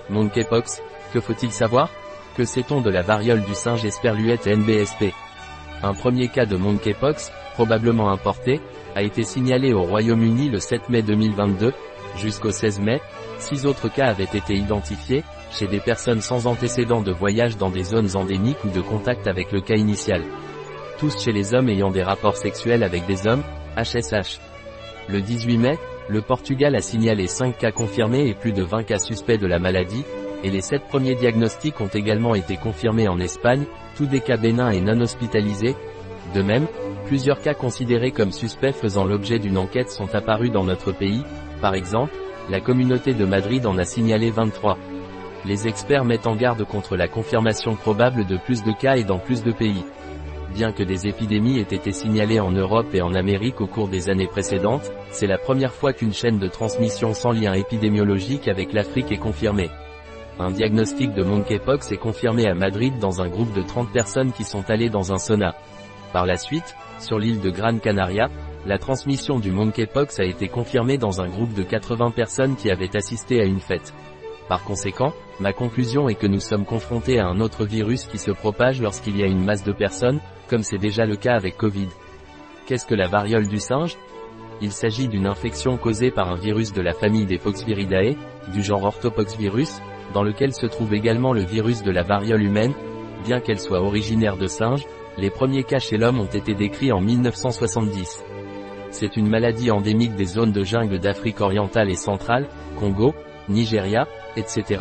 Monkeypox, que faut-il savoir? Que sait-on de la variole du singe Esperluette NBSP? Un premier cas de monkeypox, probablement importé, a été signalé au Royaume-Uni le 7 mai 2022. Jusqu'au 16 mai, 6 autres cas avaient été identifiés, chez des personnes sans antécédent de voyage dans des zones endémiques ou de contact avec le cas initial. Tous chez les hommes ayant des rapports sexuels avec des hommes, HSH. Le 18 mai, le Portugal a signalé 5 cas confirmés et plus de 20 cas suspects de la maladie, et les 7 premiers diagnostics ont également été confirmés en Espagne, tous des cas bénins et non hospitalisés. De même, plusieurs cas considérés comme suspects faisant l'objet d'une enquête sont apparus dans notre pays. Par exemple, la communauté de Madrid en a signalé 23. Les experts mettent en garde contre la confirmation probable de plus de cas et dans plus de pays. Bien que des épidémies aient été signalées en Europe et en Amérique au cours des années précédentes, c'est la première fois qu'une chaîne de transmission sans lien épidémiologique avec l'Afrique est confirmée. Un diagnostic de monkeypox est confirmé à Madrid dans un groupe de 30 personnes qui sont allées dans un sauna. Par la suite, sur l'île de Gran Canaria, la transmission du monkeypox a été confirmée dans un groupe de 80 personnes qui avaient assisté à une fête. Par conséquent, ma conclusion est que nous sommes confrontés à un autre virus qui se propage lorsqu'il y a une masse de personnes, comme c'est déjà le cas avec Covid. Qu'est-ce que la variole du singe? Il s'agit d'une infection causée par un virus de la famille des Poxviridae, du genre Orthopoxvirus, dans lequel se trouve également le virus de la variole humaine. Bien qu'elle soit originaire de singes, les premiers cas chez l'homme ont été décrits en 1970. C'est une maladie endémique des zones de jungle d'Afrique orientale et centrale, Congo, Nigeria, etc.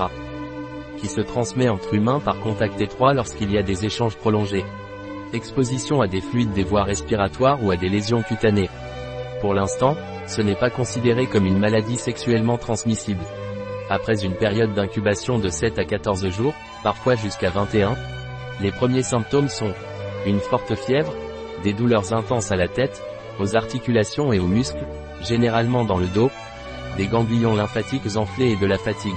qui se transmet entre humains par contact étroit lorsqu'il y a des échanges prolongés. Exposition à des fluides des voies respiratoires ou à des lésions cutanées. Pour l'instant, ce n'est pas considéré comme une maladie sexuellement transmissible. Après une période d'incubation de 7 à 14 jours, parfois jusqu'à 21, les premiers symptômes sont une forte fièvre, des douleurs intenses à la tête, aux articulations et aux muscles, généralement dans le dos, des ganglions lymphatiques enflés et de la fatigue.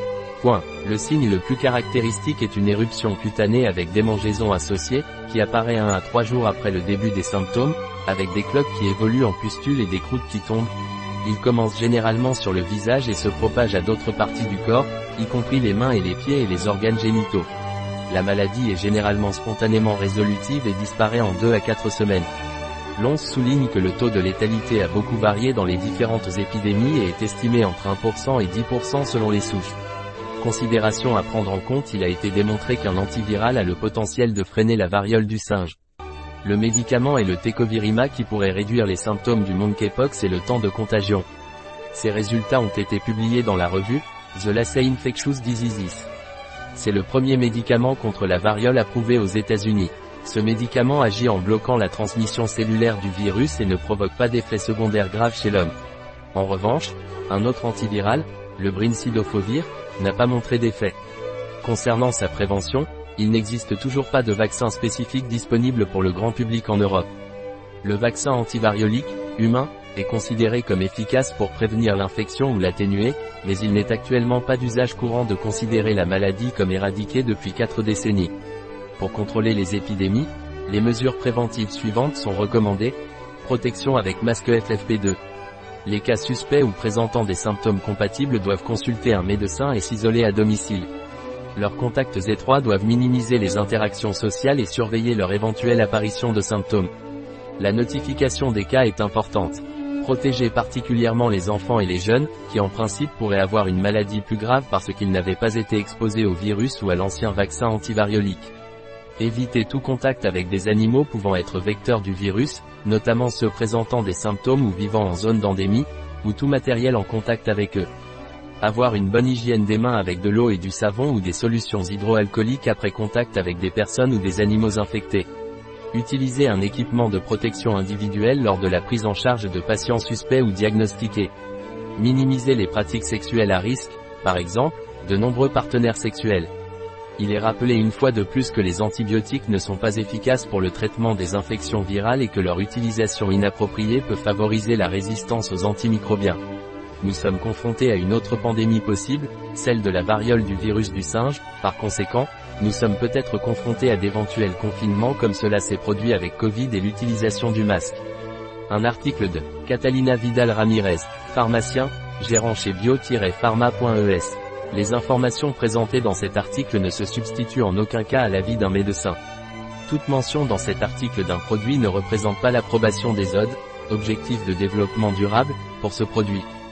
Le signe le plus caractéristique est une éruption cutanée avec démangeaisons associées, qui apparaît 1 à 3 jours après le début des symptômes, avec des cloques qui évoluent en pustules et des croûtes qui tombent. Il commence généralement sur le visage et se propage à d'autres parties du corps, y compris les mains et les pieds et les organes génitaux. La maladie est généralement spontanément résolutive et disparaît en 2 à 4 semaines. L'ONS souligne que le taux de létalité a beaucoup varié dans les différentes épidémies et est estimé entre 1% et 10% selon les souches. Considération à prendre en compte: il a été démontré qu'un antiviral a le potentiel de freiner la variole du singe. Le médicament est le Tecovirimat qui pourrait réduire les symptômes du monkeypox et le temps de contagion. Ces résultats ont été publiés dans la revue The Lancet Infectious Diseases. C'est le premier médicament contre la variole approuvé aux États-Unis. Ce médicament agit en bloquant la transmission cellulaire du virus et ne provoque pas d'effets secondaires graves chez l'homme. En revanche, un autre antiviral, le Brincidofovir, n'a pas montré d'effet. Concernant sa prévention, il n'existe toujours pas de vaccin spécifique disponible pour le grand public en Europe. Le vaccin antivariolique, humain, est considéré comme efficace pour prévenir l'infection ou l'atténuer, mais il n'est actuellement pas d'usage courant de considérer la maladie comme éradiquée depuis 4 décennies. Pour contrôler les épidémies, les mesures préventives suivantes sont recommandées. Protection avec masque FFP2. Les cas suspects ou présentant des symptômes compatibles doivent consulter un médecin et s'isoler à domicile. Leurs contacts étroits doivent minimiser les interactions sociales et surveiller leur éventuelle apparition de symptômes. La notification des cas est importante. Protéger particulièrement les enfants et les jeunes, qui en principe pourraient avoir une maladie plus grave parce qu'ils n'avaient pas été exposés au virus ou à l'ancien vaccin antivariolique. Éviter tout contact avec des animaux pouvant être vecteurs du virus, notamment ceux présentant des symptômes ou vivant en zone d'endémie, ou tout matériel en contact avec eux. Avoir une bonne hygiène des mains avec de l'eau et du savon ou des solutions hydroalcooliques après contact avec des personnes ou des animaux infectés. Utiliser un équipement de protection individuelle lors de la prise en charge de patients suspects ou diagnostiqués. Minimiser les pratiques sexuelles à risque, par exemple, de nombreux partenaires sexuels. Il est rappelé une fois de plus que les antibiotiques ne sont pas efficaces pour le traitement des infections virales et que leur utilisation inappropriée peut favoriser la résistance aux antimicrobiens. Nous sommes confrontés à une autre pandémie possible, celle de la variole du virus du singe. Par conséquent, nous sommes peut-être confrontés à d'éventuels confinements comme cela s'est produit avec Covid et l'utilisation du masque. Un article de Catalina Vidal Ramirez, pharmacien, gérant chez bio-pharma.es. Les informations présentées dans cet article ne se substituent en aucun cas à l'avis d'un médecin. Toute mention dans cet article d'un produit ne représente pas l'approbation des ODD, Objectifs de développement durable, pour ce produit.